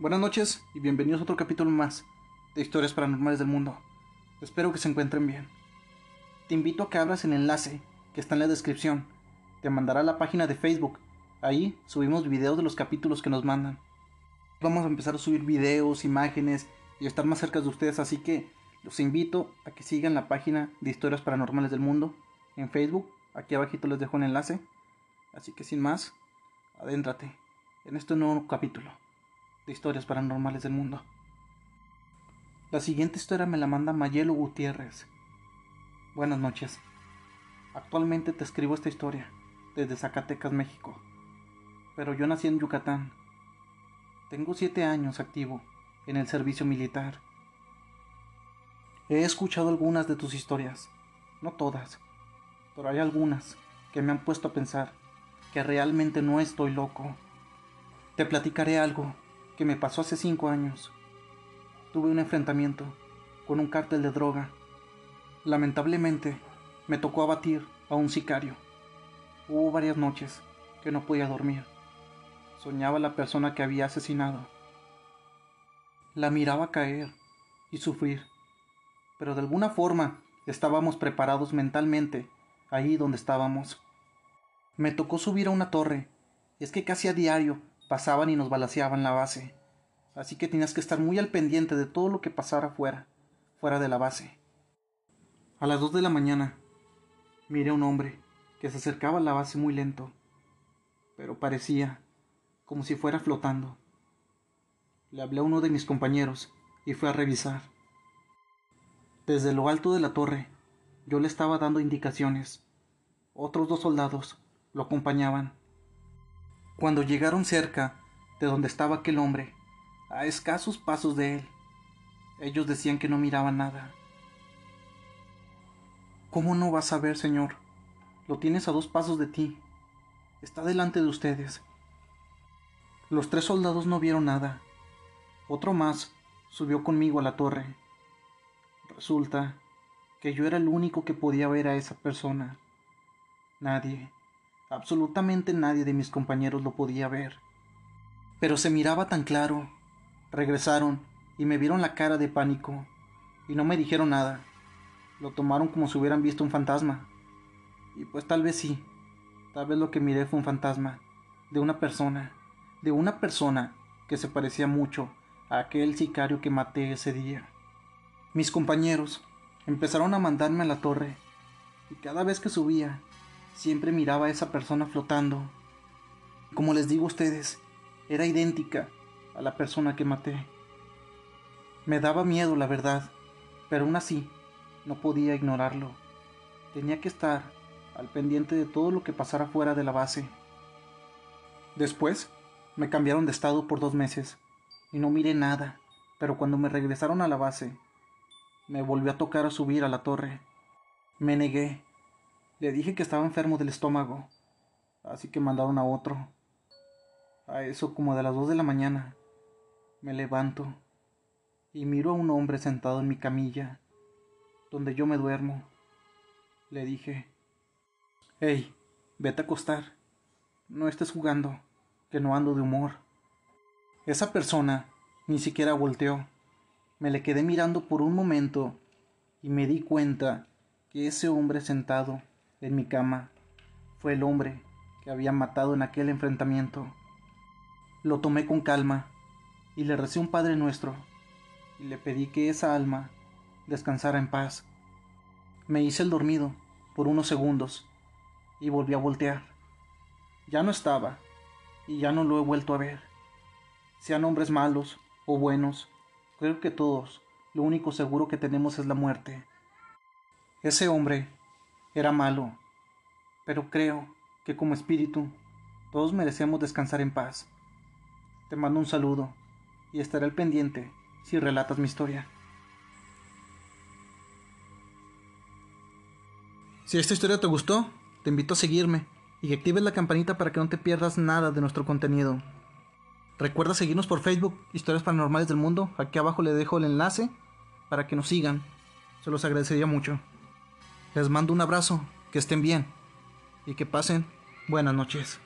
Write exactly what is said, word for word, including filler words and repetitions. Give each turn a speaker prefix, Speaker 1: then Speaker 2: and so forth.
Speaker 1: Buenas noches y bienvenidos a otro capítulo más de Historias Paranormales del Mundo. Espero que se encuentren bien. Te invito a que abras el enlace que está en la descripción. Te mandará a la página de Facebook. Ahí subimos videos de los capítulos que nos mandan. Vamos a empezar a subir videos, imágenes y estar más cerca de ustedes, así que los invito a que sigan la página de Historias Paranormales del Mundo en Facebook. Aquí abajito les dejo un enlace. Así que sin más, adéntrate en este nuevo capítulo de Historias Paranormales del Mundo. La siguiente historia me la manda Mayelo Gutiérrez. Buenas noches. Actualmente te escribo esta historia desde Zacatecas, México. Pero yo nací en Yucatán. Tengo siete años activo en el servicio militar. He escuchado algunas de tus historias, no todas, pero hay algunas que me han puesto a pensar que realmente no estoy loco. Te platicaré algo que me pasó hace cinco años. Tuve un enfrentamiento con un cártel de droga. Lamentablemente, me tocó abatir a un sicario. Hubo varias noches que no podía dormir. Soñaba la persona que había asesinado. La miraba caer y sufrir, pero de alguna forma estábamos preparados mentalmente ahí donde estábamos. Me tocó subir a una torre, y es que casi a diario pasaban y nos balaceaban la base, así que tenías que estar muy al pendiente de todo lo que pasara fuera, fuera de la base. A las dos de la mañana, miré a un hombre que se acercaba a la base muy lento, pero parecía como si fuera flotando. Le hablé a uno de mis compañeros y fue a revisar. Desde lo alto de la torre, yo le estaba dando indicaciones. Otros dos soldados lo acompañaban. Cuando llegaron cerca de donde estaba aquel hombre, a escasos pasos de él, ellos decían que no miraban nada. ¿Cómo no vas a ver, señor? Lo tienes a dos pasos de ti. Está delante de ustedes. Los tres soldados no vieron nada. Otro más subió conmigo a la torre. Resulta que yo era el único que podía ver a esa persona. Nadie, absolutamente nadie de mis compañeros lo podía ver. Pero se miraba tan claro. Regresaron y me vieron la cara de pánico y no me dijeron nada. Lo tomaron como si hubieran visto un fantasma. Y pues tal vez sí, tal vez lo que miré fue un fantasma de una persona, de una persona que se parecía mucho a aquel sicario que maté ese día. Mis compañeros empezaron a mandarme a la torre y cada vez que subía siempre miraba a esa persona flotando. Como les digo a ustedes, era idéntica a la persona que maté. Me daba miedo, la verdad, pero aún así no podía ignorarlo. Tenía que estar al pendiente de todo lo que pasara fuera de la base. Después me cambiaron de estado por dos meses y no miré nada, pero cuando me regresaron a la base, me volvió a tocar a subir a la torre. Me negué. Le dije que estaba enfermo del estómago, así que mandaron a otro. A eso como de las dos de la mañana, me levanto y miro a un hombre sentado en mi camilla, donde yo me duermo. Le dije: «Hey, vete a acostar. No estés jugando, que no ando de humor». Esa persona ni siquiera volteó. Me le quedé mirando por un momento y me di cuenta que ese hombre sentado en mi cama fue el hombre que había matado en aquel enfrentamiento. Lo tomé con calma y le recé un Padre Nuestro y le pedí que esa alma descansara en paz. Me hice el dormido por unos segundos y volví a voltear. Ya no estaba y ya no lo he vuelto a ver. Sean hombres malos o buenos, creo que todos lo único seguro que tenemos es la muerte. Ese hombre era malo, pero creo que como espíritu todos merecemos descansar en paz. Te mando un saludo y estaré al pendiente si relatas mi historia. Si esta historia te gustó, te invito a seguirme y que actives la campanita para que no te pierdas nada de nuestro contenido. Recuerda seguirnos por Facebook, Historias Paranormales del Mundo. Aquí abajo le dejo el enlace para que nos sigan. Se los agradecería mucho. Les mando un abrazo, que estén bien y que pasen buenas noches.